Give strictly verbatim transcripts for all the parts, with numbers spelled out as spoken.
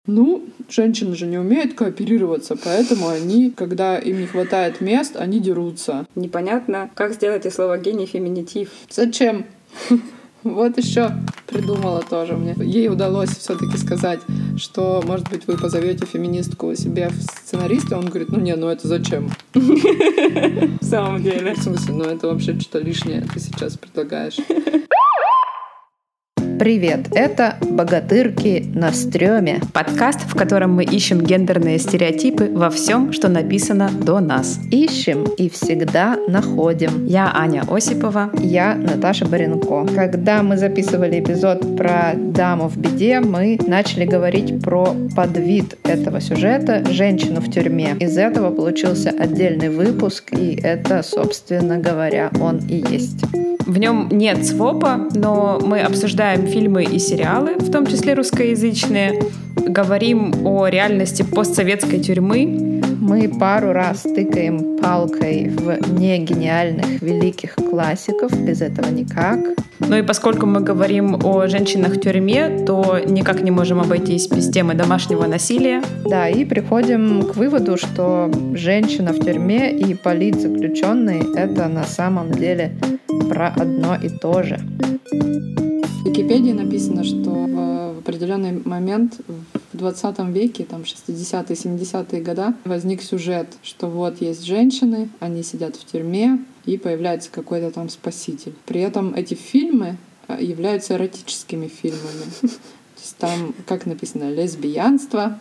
Ну, женщины же не умеют кооперироваться, поэтому они, когда им не хватает мест, они дерутся. Непонятно, как сделать из слова «гений» феминитив. Зачем? Вот еще придумала тоже мне. Ей удалось все-таки сказать, что, может быть, вы позовете феминистку себе в сценаристы. Он говорит, ну не, ну это зачем? В самом деле. В смысле, ну это вообще что-то лишнее ты сейчас предлагаешь. Привет, это «Богатырки на стрёме». Подкаст, в котором мы ищем гендерные стереотипы во всем, что написано до нас. Ищем и всегда находим. Я Аня Осипова. Я Наташа Баренко. Когда мы записывали эпизод про даму в беде, мы начали говорить про подвид этого сюжета «Женщину в тюрьме». Из этого получился отдельный выпуск, и это, собственно говоря, он и есть. В нем нет свопа, но мы обсуждаем фильмы и сериалы, в том числе русскоязычные, говорим о реальности постсоветской тюрьмы. Мы пару раз тыкаем палкой в негениальных великих классиков, без этого никак. Ну и поскольку мы говорим о женщинах в тюрьме, то никак не можем обойтись без темы домашнего насилия. Да, и приходим к выводу, что женщина в тюрьме и политзаключенный — это на самом деле про одно и то же. В Википедии написано, что в определенный момент в двадцатом веке, там шестидесятые, семидесятые года, возник сюжет, что вот есть женщины, они сидят в тюрьме, и появляется какой-то там спаситель. При этом эти фильмы являются эротическими фильмами. То есть там, как написано, лесбиянство,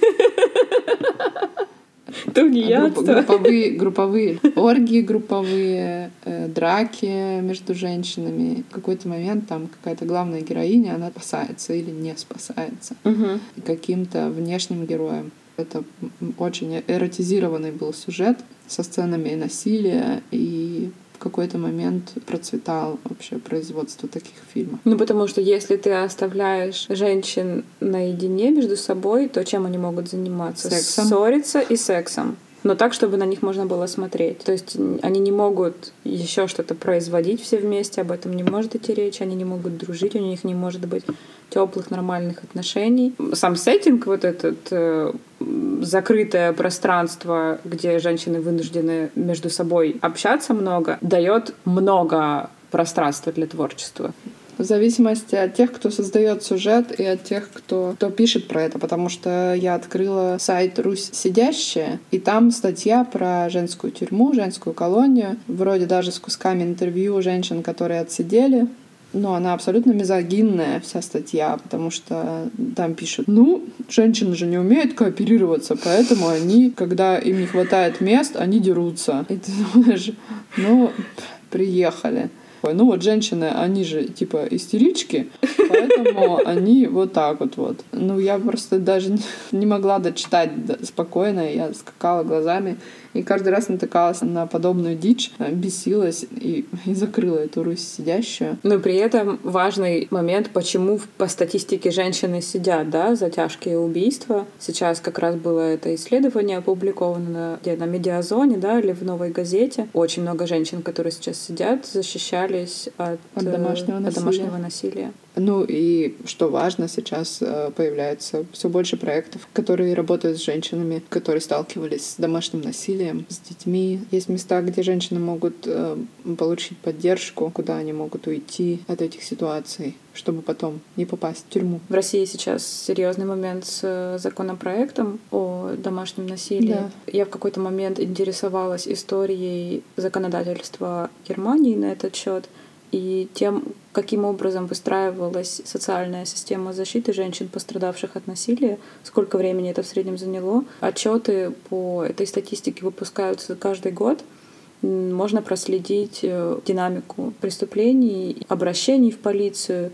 Тунеядство. Групповые, групповые оргии, групповые э, драки между женщинами. В какой-то момент там какая-то главная героиня, она спасается или не спасается Угу. каким-то внешним героем. Это очень эротизированный был сюжет со сценами насилия, и в какой-то момент процветал вообще производство таких фильмов. Ну, потому что если ты оставляешь женщин наедине между собой, то чем они могут заниматься? Сексом. Ссориться и сексом. Но так, чтобы на них можно было смотреть. То есть они не могут еще что-то производить все вместе, об этом не может идти речь, они не могут дружить, у них не может быть теплых нормальных отношений. Сам сеттинг, вот этот э, закрытое пространство, где женщины вынуждены между собой общаться много, дает много пространства для творчества. В зависимости от тех, кто создает сюжет, и от тех, кто, кто пишет про это. Потому что я открыла сайт «Русь сидящая», и там статья про женскую тюрьму, женскую колонию, вроде даже с кусками интервью женщин, которые отсидели. Но она абсолютно мизогинная, вся статья, потому что там пишут, ну, женщины же не умеют кооперироваться, поэтому они, когда им не хватает мест, они дерутся. И ты думаешь, ну, приехали. Ну вот женщины, они же типа истерички, поэтому они вот так вот вот. Ну я просто даже не могла дочитать спокойно, я скакала глазами и каждый раз натыкалась на подобную дичь, бесилась и, и закрыла эту «Русь сидящую». Но при этом важный момент, почему по статистике женщины сидят, да, за тяжкие убийства. Сейчас как раз было это исследование опубликовано где на Медиазоне, да, или в «Новой газете». Очень много женщин, которые сейчас сидят, защищались от, от домашнего, от насилия. домашнего насилия. Ну и, что важно, сейчас появляется все больше проектов, которые работают с женщинами, которые сталкивались с домашним насилием, с детьми. Есть места, где женщины могут получить поддержку, куда они могут уйти от этих ситуаций, чтобы потом не попасть в тюрьму. В России сейчас серьезный момент с законопроектом о домашнем насилии. Да. Я в какой-то момент интересовалась историей законодательства Германии на этот счет и тем, каким образом выстраивалась социальная система защиты женщин, пострадавших от насилия, сколько времени это в среднем заняло. Отчеты по этой статистике выпускаются каждый год. Можно проследить динамику преступлений, обращений в полицию.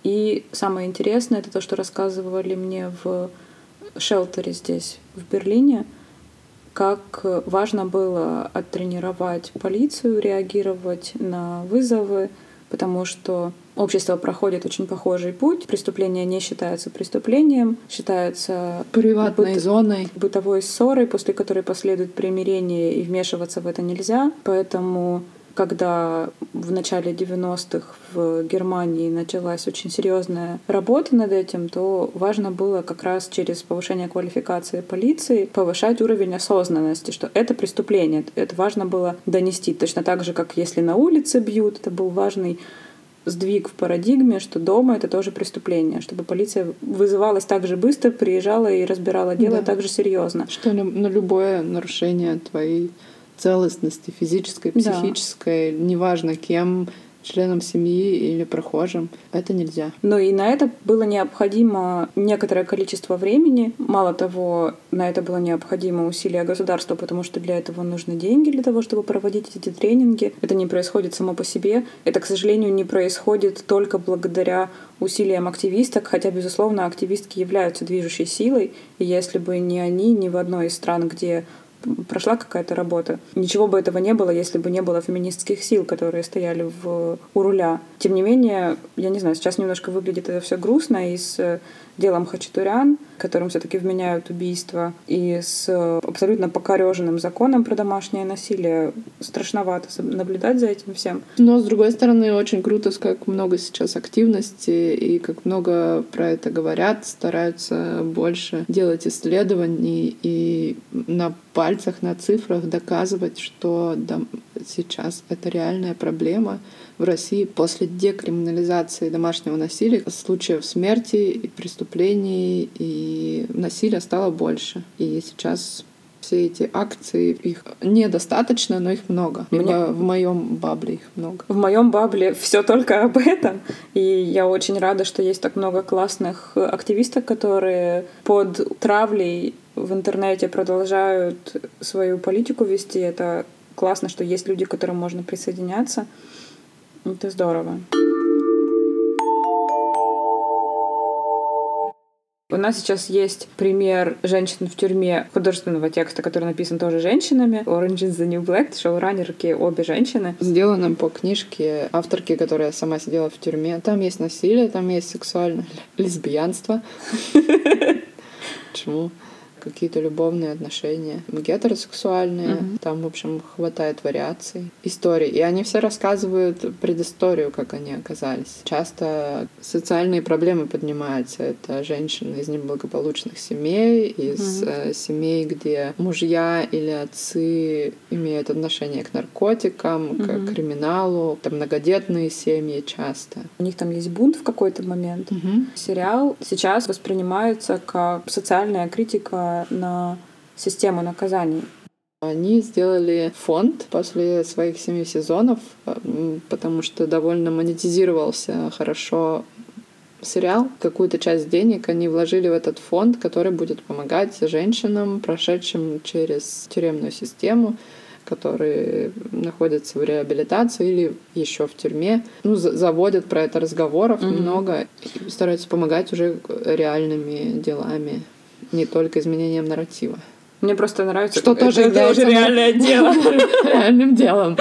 И самое интересное — это то, что рассказывали мне в шелтере здесь, в Берлине, как важно было оттренировать полицию, реагировать на вызовы, потому что общество проходит очень похожий путь. Преступление не считается преступлением, считается приватной быт... зоной, бытовой ссорой, после которой последует примирение, и вмешиваться в это нельзя. Поэтому когда в начале девяностых в Германии началась очень серьезная работа над этим, то важно было как раз через повышение квалификации полиции повышать уровень осознанности, что это преступление. Это важно было донести. Точно так же, как если на улице бьют, это был важный сдвиг в парадигме, что дома это тоже преступление, чтобы полиция вызывалась так же быстро, приезжала и разбирала дело Да. так же серьезно. Что на любое нарушение твоей целостности, физической, психической, да. неважно кем, членом семьи или прохожим, это нельзя. Но и на это было необходимо некоторое количество времени. Мало того, на это было необходимо усилия государства, потому что для этого нужны деньги, для того, чтобы проводить эти тренинги. Это не происходит само по себе. Это, к сожалению, не происходит только благодаря усилиям активисток, хотя, безусловно, активистки являются движущей силой. И если бы не они, ни в одной из стран, где прошла какая-то работа. Ничего бы этого не было, если бы не было феминистских сил, которые стояли в, у руля. Тем не менее, я не знаю, сейчас немножко выглядит это все грустно, и с делом Хачатурян, которым все-таки вменяют убийство, и с абсолютно покореженным законом про домашнее насилие. Страшновато наблюдать за этим всем. Но, с другой стороны, очень круто, как много сейчас активности, и как много про это говорят, стараются больше делать исследований и на пальцах, на цифрах доказывать, что да, сейчас это реальная проблема. В России после декриминализации домашнего насилия случаев смерти и преступлений и насилия стало больше. И сейчас все эти акции, их недостаточно, но их много. Мне... В, в моем бабле их много. В моем бабле все только об этом. И я очень рада, что есть так много классных активисток, которые под травлей в интернете продолжают свою политику вести. Это классно, что есть люди, к которым можно присоединяться. Это здорово. У нас сейчас есть пример женщин в тюрьме художественного текста, который написан тоже женщинами. Orange is the New Black, шоураннерки обе женщины. Сделано по книжке авторки, которая сама сидела в тюрьме. Там есть насилие, там есть сексуальное лесбиянство. Почему? Какие-то любовные отношения, гетеросексуальные. Mm-hmm. Там, в общем, хватает вариаций, историй. И они все рассказывают предысторию, как они оказались. Часто социальные проблемы поднимаются. Это женщины из неблагополучных семей, из mm-hmm. э, семей, где мужья или отцы имеют отношение к наркотикам, mm-hmm. к криминалу. Это многодетные семьи часто. У них там есть бунт в какой-то момент. Mm-hmm. Сериал сейчас воспринимается как социальная критика на систему наказаний. Они сделали фонд после своих семи сезонов, потому что довольно монетизировался хорошо сериал. Какую-то часть денег они вложили в этот фонд, который будет помогать женщинам, прошедшим через тюремную систему, которые находятся в реабилитации или еще в тюрьме. Ну, заводят про это разговоров mm-hmm. много и стараются помогать уже реальными делами, не только изменением нарратива. Мне просто нравится, что тоже это уже реальное дело. Реальным делом.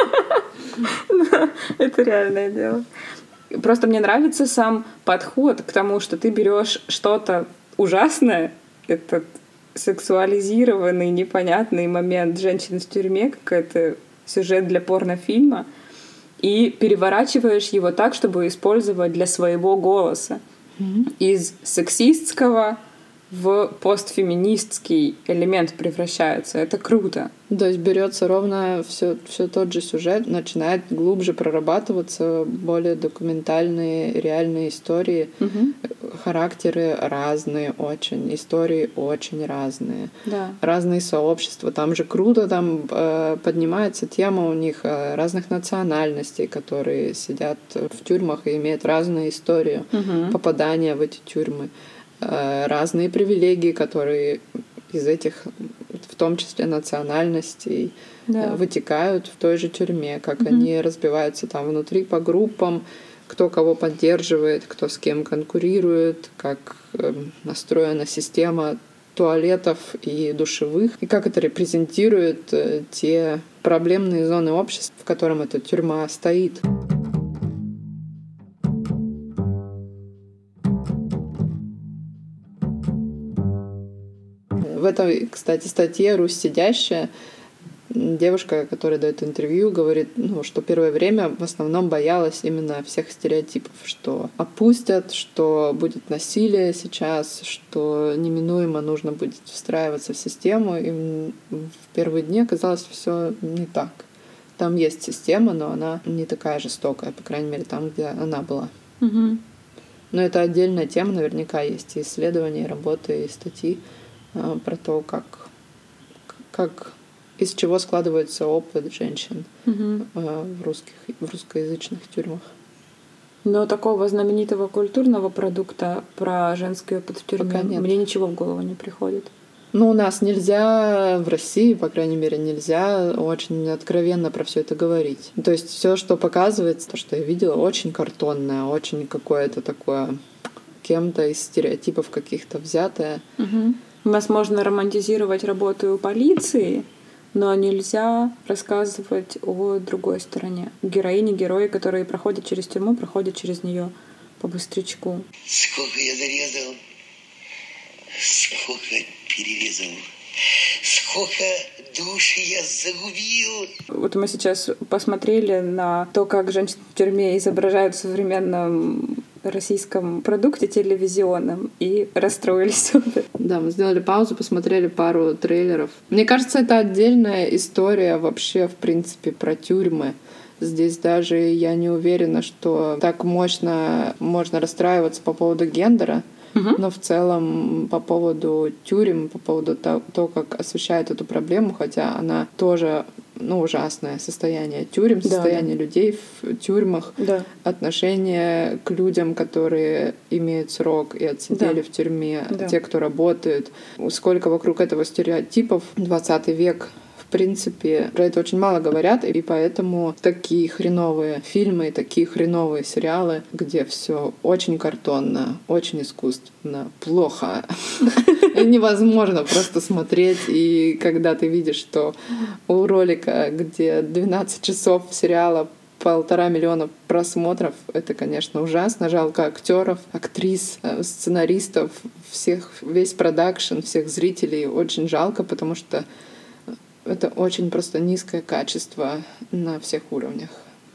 Это реальное дело. Просто мне нравится сам подход к тому, что ты берешь что-то ужасное, этот сексуализированный, непонятный момент женщин в тюрьме, какой-то сюжет для порнофильма, и переворачиваешь его так, чтобы использовать для своего голоса. Mm-hmm. Из сексистского в постфеминистский элемент превращается. Это круто. То есть берется ровно все, все тот же сюжет, начинает глубже прорабатываться более документальные, реальные истории. Угу. Характеры разные очень, истории очень разные. Да. Разные сообщества. Там же круто, там э, поднимается тема у них э, разных национальностей, которые сидят в тюрьмах и имеют разные истории угу. попадания в эти тюрьмы. Разные привилегии, которые из этих, в том числе национальностей, да. вытекают в той же тюрьме, как mm-hmm. они разбиваются там внутри по группам, кто кого поддерживает, кто с кем конкурирует, как настроена система туалетов и душевых, и как это репрезентирует те проблемные зоны общества, в котором эта тюрьма стоит. В этой, кстати, статье «Русь сидящая» девушка, которая дает интервью, говорит, ну, что первое время в основном боялась именно всех стереотипов, что опустят, что будет насилие сейчас, что неминуемо нужно будет встраиваться в систему. И в первые дни оказалось все не так. Там есть система, но она не такая жестокая, по крайней мере, там, где она была. Угу. Но это отдельная тема, наверняка есть и исследования, и работы, и статьи э, про то, как, как из чего складывается опыт женщин угу. э, в русских, в русскоязычных тюрьмах. Но такого знаменитого культурного продукта про женский опыт в тюрьме мне ничего в голову не приходит. Ну, у нас нельзя, в России, по крайней мере, нельзя очень откровенно про все это говорить. То есть все, что показывается, то, что я видела, очень картонное, очень какое-то такое кем-то из стереотипов каких-то взятое. Угу. У нас можно романтизировать работу полиции, но нельзя рассказывать о другой стороне. Героини, герои, которые проходят через тюрьму, проходят через нее по быстрячку. Сколько я зарезал, сколько перерезал, сколько душ я загубил. Вот мы сейчас посмотрели на то, как женщин в тюрьме изображают в современном российском продукте телевизионном и расстроились. Да, мы сделали паузу, посмотрели пару трейлеров. Мне кажется, это отдельная история вообще, в принципе, про тюрьмы. Здесь даже я не уверена, что так мощно можно расстраиваться по поводу гендера, угу. но в целом по поводу тюрем, по поводу того, как освещают эту проблему, хотя она тоже, ну, ужасное состояние тюрем, состояние да, да. людей в тюрьмах, да. отношение к людям, которые имеют срок и отсидели да. в тюрьме, да. те, кто работает, сколько вокруг этого стереотипов, двадцатый век. В принципе, про это очень мало говорят, и поэтому такие хреновые фильмы, такие хреновые сериалы, где все очень картонно, очень искусственно, плохо. Невозможно просто смотреть, и когда ты видишь, что у ролика, где двенадцать часов сериала, полтора миллиона просмотров, это, конечно, ужасно. Жалко актеров, актрис, сценаристов, всех, весь продакшн, всех зрителей очень жалко, потому что это очень просто низкое качество на всех уровнях.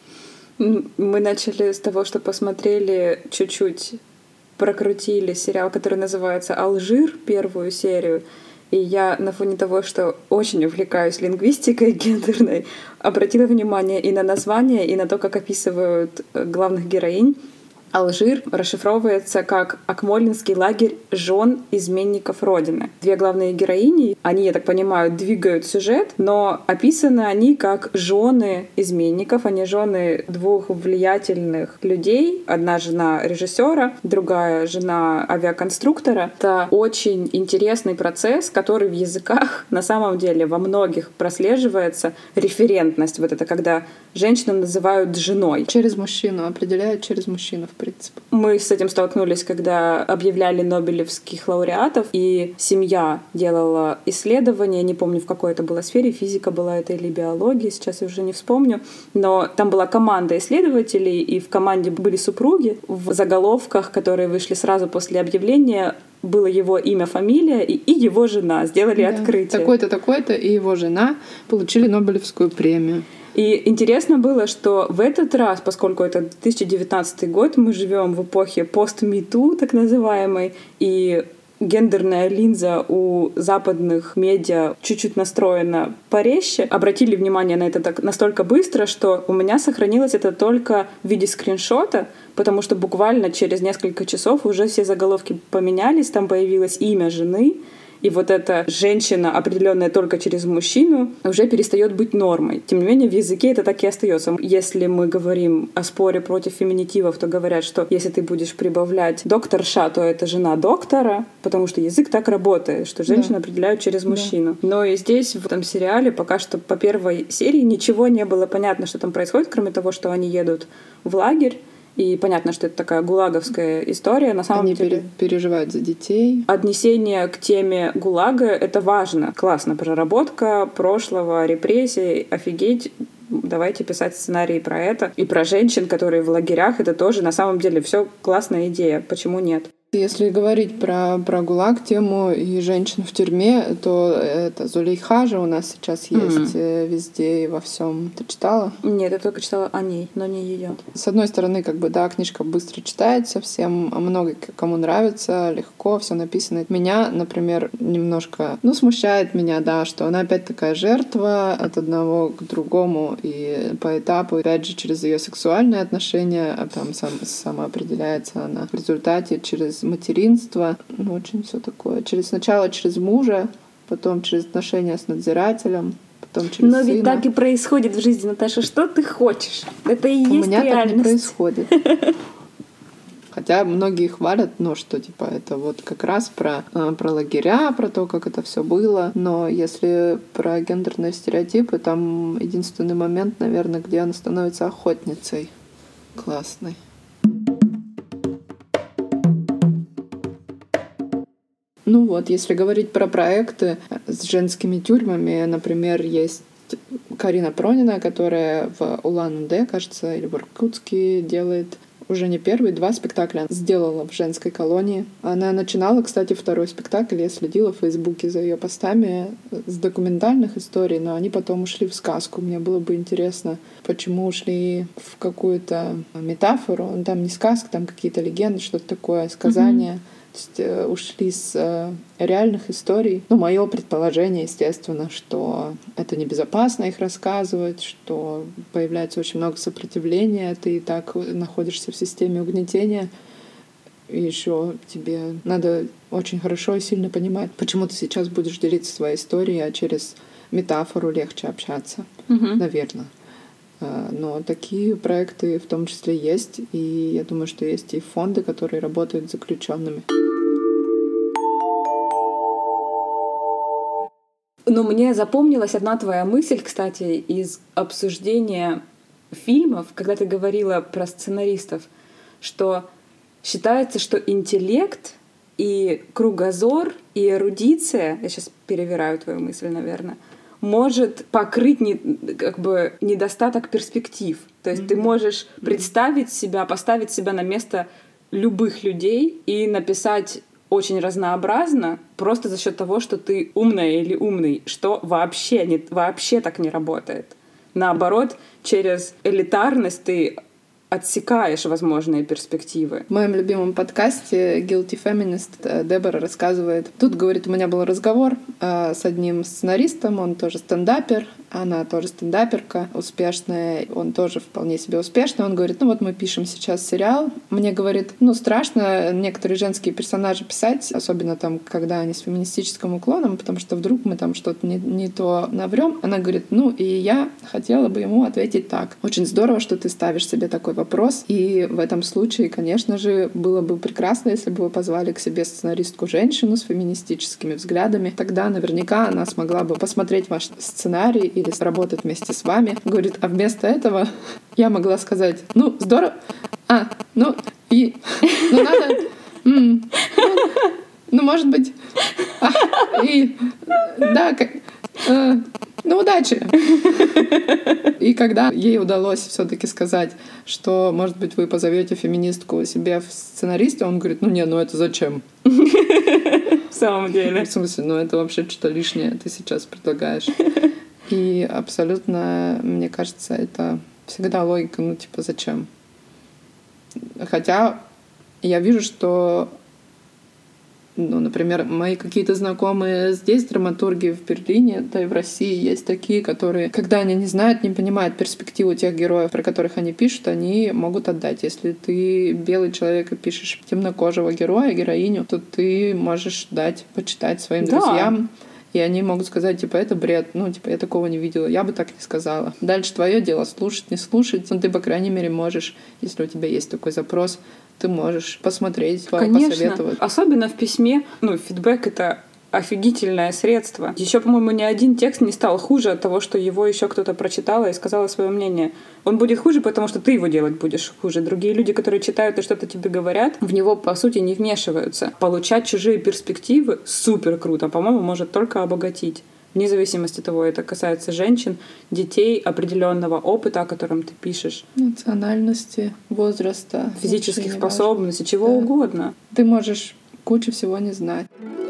Мы начали с того, что посмотрели чуть-чуть, прокрутили сериал, который называется «Алжир», первую серию. И я на фоне того, что очень увлекаюсь лингвистикой гендерной, обратила внимание и на название, и на то, как описывают главных героинь. Алжир расшифровывается как «Акмолинский лагерь жен изменников Родины». Две главные героини, они, я так понимаю, двигают сюжет, но описаны они как жены изменников. Они жены двух влиятельных людей. Одна жена режиссера, другая жена авиаконструктора. Это очень интересный процесс, который в языках на самом деле во многих прослеживается. Референтность. Вот это когда женщину называют женой. Через мужчину, определяют через мужчину, в принципе. Мы с этим столкнулись, когда объявляли нобелевских лауреатов, и семья делала исследования, не помню, в какой это была сфере, физика была это или биология, сейчас я уже не вспомню, но там была команда исследователей, и в команде были супруги. В заголовках, которые вышли сразу после объявления, было его имя, фамилия и, и его жена. Сделали да. открытие. Такой-то, такой-то и его жена получили Нобелевскую премию. И интересно было, что в этот раз, поскольку это две тысячи девятнадцатый год, мы живем в эпохе пост-миту, так называемой, и гендерная линза у западных медиа чуть-чуть настроена порезче. Обратили внимание на это так настолько быстро, что у меня сохранилось это только в виде скриншота, потому что буквально через несколько часов уже все заголовки поменялись, там появилось имя жены, и вот эта женщина, определенная только через мужчину, уже перестает быть нормой. Тем не менее, в языке это так и остается. Если мы говорим о споре против феминитивов, то говорят, что если ты будешь прибавлять докторша, то это жена доктора, потому что язык так работает, что женщину да. определяют через мужчину. Да. Но и здесь, в этом сериале, пока что по первой серии ничего не было понятно, что там происходит, кроме того, что они едут в лагерь. И понятно, что это такая гулаговская история. На самом Они деле переживают за детей. Отнесение к теме ГУЛАГа — это важно. Классно. Проработка прошлого, репрессий. Офигеть. Давайте писать сценарии про это. И про женщин, которые в лагерях. Это тоже на самом деле все классная идея. Почему нет? Если говорить про, про ГУЛАГ тему и женщин в тюрьме, то это Зулейха же у нас сейчас есть mm-hmm. везде и во всем. Ты читала? Нет, я только читала о ней, но не ее. С одной стороны, как бы, да, книжка быстро читается, всем много кому нравится, легко, все написано. Меня, например, немножко, ну, смущает меня, да, что она опять такая жертва от одного к другому и по этапу, опять же, через ее сексуальные отношения, а там сам, самоопределяется она в результате через материнство, ну, очень все такое. Через, сначала через мужа, потом через отношения с надзирателем, потом через Но сына. ведь так и происходит в жизни, Наташа. Что ты хочешь? Это и У есть меня реальность. так не происходит. Хотя многие хвалят, ну, что, типа, это вот как раз про, про лагеря, про то, как это все было. Но если про гендерные стереотипы, там единственный момент, наверное, где она становится охотницей классной. Ну вот, если говорить про проекты с женскими тюрьмами, например, есть Карина Пронина, которая в Улан-Удэ, кажется, или в Иркутске делает уже не первый, два спектакля сделала в женской колонии. Она начинала, кстати, второй спектакль. Я следила в Фейсбуке за ее постами с документальных историй, но они потом ушли в сказку. Мне было бы интересно, почему ушли в какую-то метафору. Ну, там не сказка, там какие-то легенды, что-то такое, сказания. Mm-hmm. То есть ушли с реальных историй. Ну, мое предположение, естественно, что это небезопасно их рассказывать, что появляется очень много сопротивления, ты и так находишься в системе угнетения. И еще тебе надо очень хорошо и сильно понимать, почему ты сейчас будешь делиться своей историей, а через метафору легче общаться, mm-hmm. наверное. Но такие проекты в том числе есть, и я думаю, что есть и фонды, которые работают с заключенными. Ну, мне запомнилась одна твоя мысль, кстати, из обсуждения фильмов, когда ты говорила про сценаристов, что считается, что интеллект и кругозор, и эрудиция, я сейчас перевираю твою мысль, наверное, может покрыть не, как бы недостаток перспектив. То есть mm-hmm. ты можешь представить себя, поставить себя на место любых людей и написать очень разнообразно просто за счет того, что ты умная или умный, что вообще, не, вообще так не работает. Наоборот, через элитарность ты отсекаешь возможные перспективы. В моем любимом подкасте Guilty Feminist Дебора рассказывает. Тут, говорит, у меня был разговор э, с одним сценаристом, он тоже стендапер, она тоже стендаперка успешная, он тоже вполне себе успешный. Он говорит, ну вот мы пишем сейчас сериал. Мне, говорит, ну страшно некоторые женские персонажи писать, особенно там, когда они с феминистическим уклоном, потому что вдруг мы там что-то не, не то наврем. Она говорит, ну и я хотела бы ему ответить так. Очень здорово, что ты ставишь себе такой вопрос. И в этом случае, конечно же, было бы прекрасно, если бы вы позвали к себе сценаристку-женщину с феминистическими взглядами. Тогда наверняка она смогла бы посмотреть ваш сценарий или сработать вместе с вами. Говорит, а вместо этого я могла сказать, ну, здорово, а, ну, и, ну, надо, м, ну, ну, может быть, а, и, да, как, э, ну, удачи. И когда ей удалось все-таки сказать, что, может быть, вы позовете феминистку себе в сценаристе, он говорит, ну, не, ну, это зачем? В самом деле. В смысле, ну, это вообще что-то лишнее ты сейчас предлагаешь. И абсолютно, мне кажется, это всегда логика, ну, типа, зачем? Хотя я вижу, что, ну, например, мои какие-то знакомые здесь, драматурги в Берлине, да и в России, есть такие, которые, когда они не знают, не понимают перспективу тех героев, про которых они пишут, они могут отдать. Если ты белый человек и пишешь темнокожего героя, героиню, то ты можешь дать почитать своим да. друзьям. И они могут сказать, типа, это бред. Ну, типа, я такого не видела. Я бы так не сказала. Дальше твое дело слушать, не слушать. Но ты, по крайней мере, можешь, если у тебя есть такой запрос, ты можешь посмотреть, Конечно. посоветовать. Особенно в письме. Ну, фидбэк — это офигительное средство. Еще, по-моему, ни один текст не стал хуже от того, что его еще кто-то прочитал и сказал свое мнение. Он будет хуже, потому что ты его делать будешь хуже. Другие люди, которые читают и что-то тебе говорят, в него, по сути, не вмешиваются. Получать чужие перспективы — супер круто. По-моему, может только обогатить. вне зависимости от того, это касается женщин, детей, определенного опыта, о котором ты пишешь. Национальности, возраста. Физических способностей, важно. чего да. угодно. Ты можешь кучу всего не знать.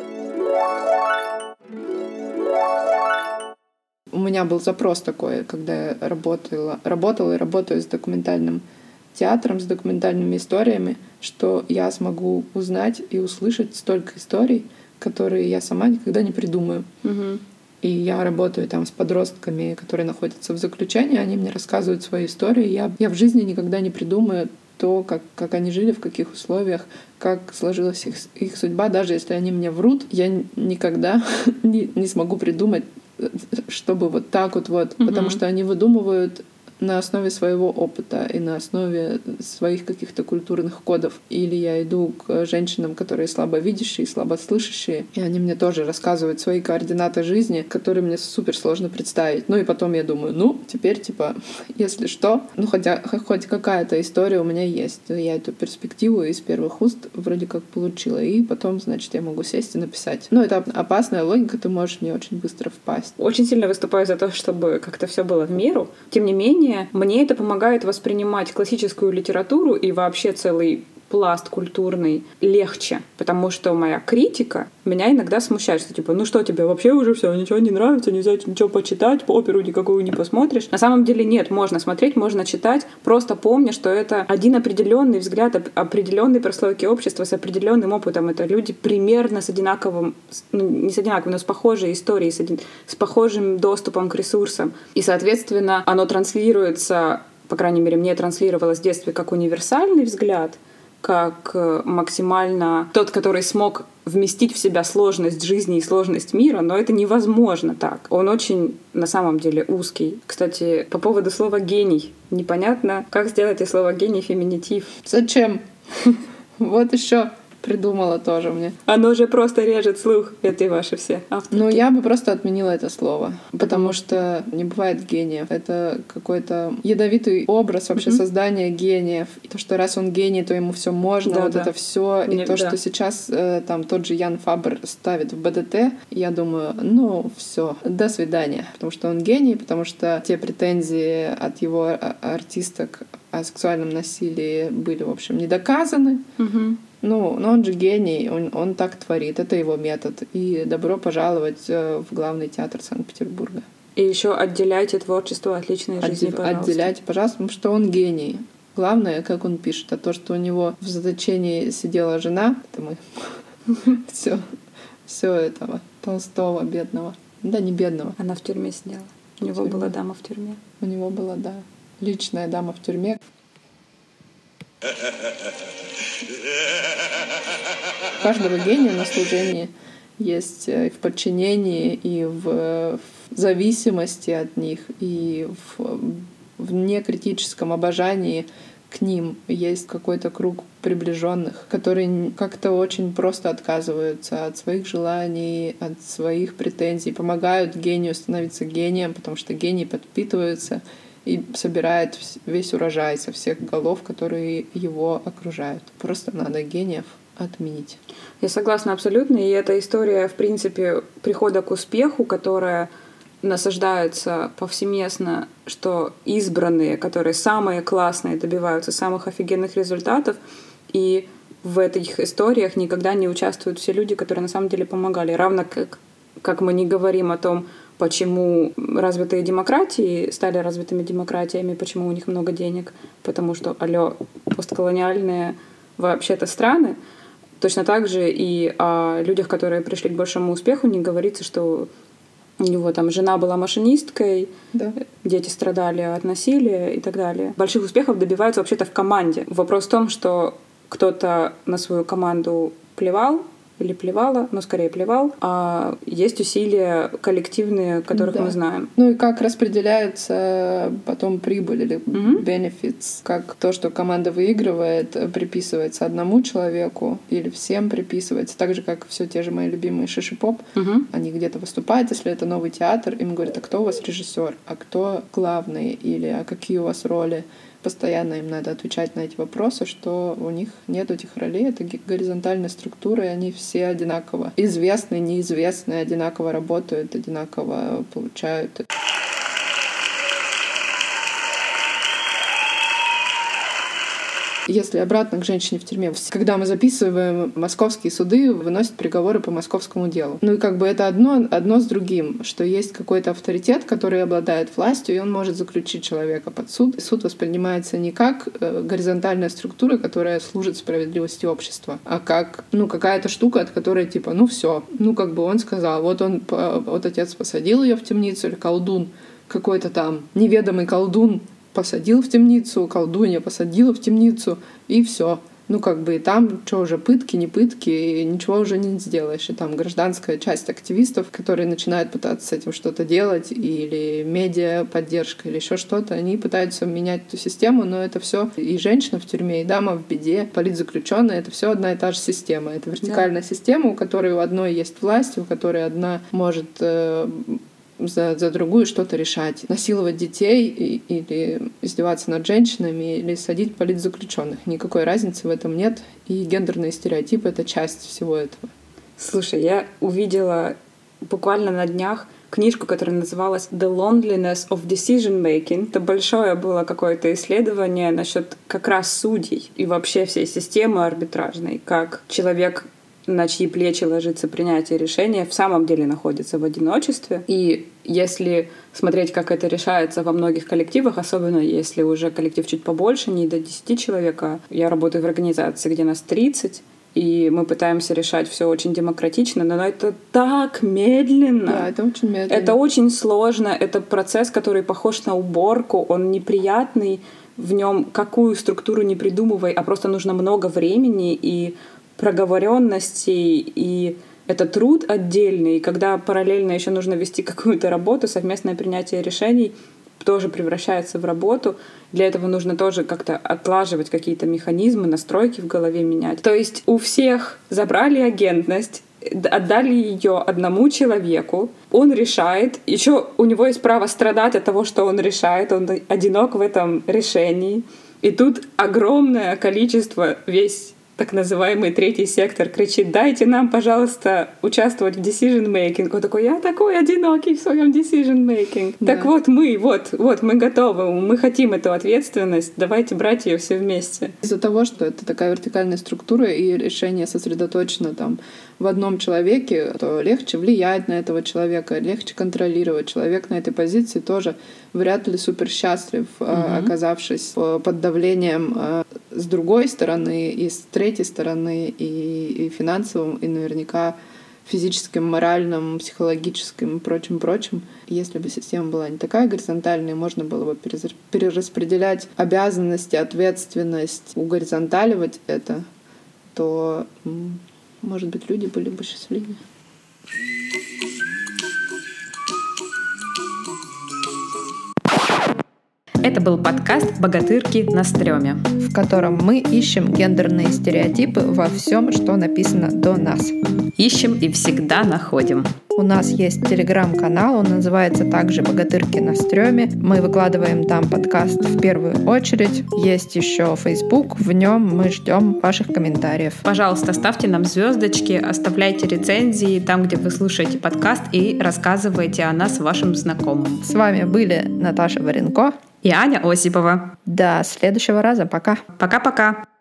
У меня был запрос такой, когда я работала, работала и работаю с документальным театром, с документальными историями, что я смогу узнать и услышать столько историй, которые я сама никогда не придумаю. Угу. И я работаю там с подростками, которые находятся в заключении, они мне рассказывают свои истории. Я, я в жизни никогда не придумаю то, как, как они жили, в каких условиях, как сложилась их, их судьба. Даже если они мне врут, я никогда не, не смогу придумать, чтобы вот так вот, вот. Mm-hmm. Потому что они выдумывают на основе своего опыта и на основе своих каких-то культурных кодов. Или я иду к женщинам, которые слабовидящие, слабослышащие, и они мне тоже рассказывают свои координаты жизни, которые мне супер сложно представить. Ну и потом я думаю, ну, теперь, типа, если что, ну хотя хоть какая-то история у меня есть. Я эту перспективу из первых уст вроде как получила, и потом, значит, я могу сесть и написать. Ну, это опасная логика, ты можешь в нее очень быстро впасть. Очень сильно выступаю за то, чтобы как-то все было в меру. Тем не менее, мне это помогает воспринимать классическую литературу и вообще целый пласт культурный легче, потому что моя критика меня иногда смущает, что типа, ну что тебе вообще уже все, ничего не нравится, нельзя ничего почитать, оперу никакую не посмотришь. На самом деле нет, можно смотреть, можно читать, просто помни, что это один определенный взгляд, определенной прослойки общества с определенным опытом. Это люди примерно с одинаковым, ну, не с одинаковым, но с похожей историей, с, один, с похожим доступом к ресурсам. И, соответственно, оно транслируется, по крайней мере, мне транслировалось в детстве как универсальный взгляд, как максимально тот, который смог вместить в себя сложность жизни и сложность мира, но это невозможно так. Он очень, на самом деле, узкий. Кстати, по поводу слова «гений». Непонятно, как сделать из слова «гений» феминитив. Зачем? Вот еще придумала тоже мне. Оно же просто режет слух, эти ваши все авторки. Ну, я бы просто отменила это слово, потому что не бывает гениев. Это какой-то ядовитый образ вообще mm-hmm. создания гениев. И то, что раз он гений, то ему все можно, да, вот да. это все. И не, то, да. что сейчас э, там тот же Ян Фабр ставит в БДТ, я думаю, ну, все, до свидания. Потому что он гений, потому что те претензии от его артисток о сексуальном насилии были, в общем, не доказаны. Mm-hmm. Ну, но он же гений, он, он так творит, это его метод. И добро пожаловать в главный театр Санкт-Петербурга. И еще отделяйте творчество от личной жизни, Отде- пожалуйста. Отделяйте, пожалуйста, потому что он гений. Главное, как он пишет, а то, что у него в заточении сидела жена, это мы все, все этого Толстого бедного. Да, не бедного. Она в тюрьме сидела. У него была дама в тюрьме. У него была, да, личная дама в тюрьме. У каждого гения на служении есть и в подчинении, и в зависимости от них, и в, в некритическом обожании к ним есть какой-то круг приближенных, которые как-то очень просто отказываются от своих желаний, от своих претензий, помогают гению становиться гением, потому что гений подпитывается и собирает весь урожай со всех голов, которые его окружают. Просто надо гениев отменить. Я согласна абсолютно. И эта история, в принципе, прихода к успеху, которая насаждается повсеместно, что избранные, которые самые классные, добиваются самых офигенных результатов, и в этих историях никогда не участвуют все люди, которые на самом деле помогали. Равно как, как мы не говорим о том, почему развитые демократии стали развитыми демократиями, почему у них много денег, потому что, алло, постколониальные вообще-то страны. Точно так же и о людях, которые пришли к большому успеху, не говорится, что у него там жена была машинисткой, да. дети страдали от насилия и так далее. Больших успехов добиваются вообще-то в команде. Вопрос в том, что кто-то на свою команду плевал, или плевала, но скорее плевал, а есть усилия коллективные, которых да. мы знаем. Ну и как распределяются потом прибыль или mm-hmm. benefits, как то, что команда выигрывает, приписывается одному человеку или всем приписывается, так же, как все те же мои любимые шиши-поп, mm-hmm. они где-то выступают, если это новый театр, им говорят, а кто у вас режиссер, а кто главный, или а какие у вас роли, постоянно им надо отвечать на эти вопросы, что у них нет этих ролей, это горизонтальная структура, и они все одинаково известны, неизвестны, одинаково работают, одинаково получают. Если обратно к женщине в тюрьме, когда мы записываем, московские суды выносят приговоры по московскому делу. Ну и как бы это одно, одно с другим, что есть какой-то авторитет, который обладает властью, и он может заключить человека под суд. И суд воспринимается не как горизонтальная структура, которая служит справедливости общества, а как ну, какая-то штука, от которой типа, ну все, ну как бы он сказал, вот он, вот отец посадил ее в темницу, или колдун какой-то там, неведомый колдун посадил в темницу, колдунья посадила в темницу, и все. Ну, как бы и там, что уже, пытки, не пытки, ничего уже не сделаешь. И там гражданская часть активистов, которые начинают пытаться с этим что-то делать, или медиа, поддержка, или еще что-то, они пытаются менять эту систему, но это все и женщина в тюрьме, и дама в беде, политзаключенная, это все одна и та же система. Это вертикальная да. система, у которой у одной есть власть, у которой одна может э, За, за другую что-то решать. Насиловать детей и, или издеваться над женщинами, или садить политзаключенных. Никакой разницы в этом нет. И гендерные стереотипы — это часть всего этого. Слушай, я увидела буквально на днях книжку, которая называлась «The Loneliness of Decision Making». Это большое было какое-то исследование насчет как раз судей и вообще всей системы арбитражной, как человек, на чьи плечи ложится принятие решения, в самом деле находится в одиночестве. И если смотреть, как это решается во многих коллективах, особенно если уже коллектив чуть побольше, не до десяти человек, а я работаю в организации, где нас тридцать, и мы пытаемся решать все очень демократично, но это так медленно. Да, это очень медленно. Это очень сложно. Это процесс, который похож на уборку, он неприятный. В нем какую структуру не придумывай, а просто нужно много времени и проговоренностей, и это труд отдельный, когда параллельно еще нужно вести какую-то работу, совместное принятие решений тоже превращается в работу. Для этого нужно тоже как-то отлаживать какие-то механизмы, настройки в голове менять. То есть у всех забрали агентность, отдали ее одному человеку, он решает, еще у него есть право страдать от того, что он решает, он одинок в этом решении. И тут огромное количество, весь так называемый третий сектор кричит: дайте нам, пожалуйста, участвовать в decision-making. Он такой: я такой одинокий в своем decision-making. Да. Так вот мы, вот, вот мы готовы, мы хотим эту ответственность, давайте брать ее все вместе. Из-за того, что это такая вертикальная структура и решение сосредоточено там в одном человеке, то легче влиять на этого человека, легче контролировать. Человек на этой позиции тоже вряд ли супер счастлив, угу. оказавшись под давлением с другой стороны и с третьей стороны, и, и финансовым, и наверняка физическим, моральным, психологическим и прочим-прочим. Если бы система была не такая горизонтальная, можно было бы перераспределять обязанности, ответственность, угоризонталивать это, то, может быть, люди были бы счастливее. Это был подкаст «Богатырки на стрёме», в котором мы ищем гендерные стереотипы во всем, что написано до нас. Ищем и всегда находим. У нас есть телеграм-канал, он называется также «Богатырки на стрёме». Мы выкладываем там подкаст в первую очередь. Есть еще Facebook, в нем мы ждем ваших комментариев. Пожалуйста, ставьте нам звездочки, оставляйте рецензии там, где вы слушаете подкаст, и рассказывайте о нас вашим знакомым. С вами были Наташа Варенко и Аня Осипова. До следующего раза. Пока. Пока-пока.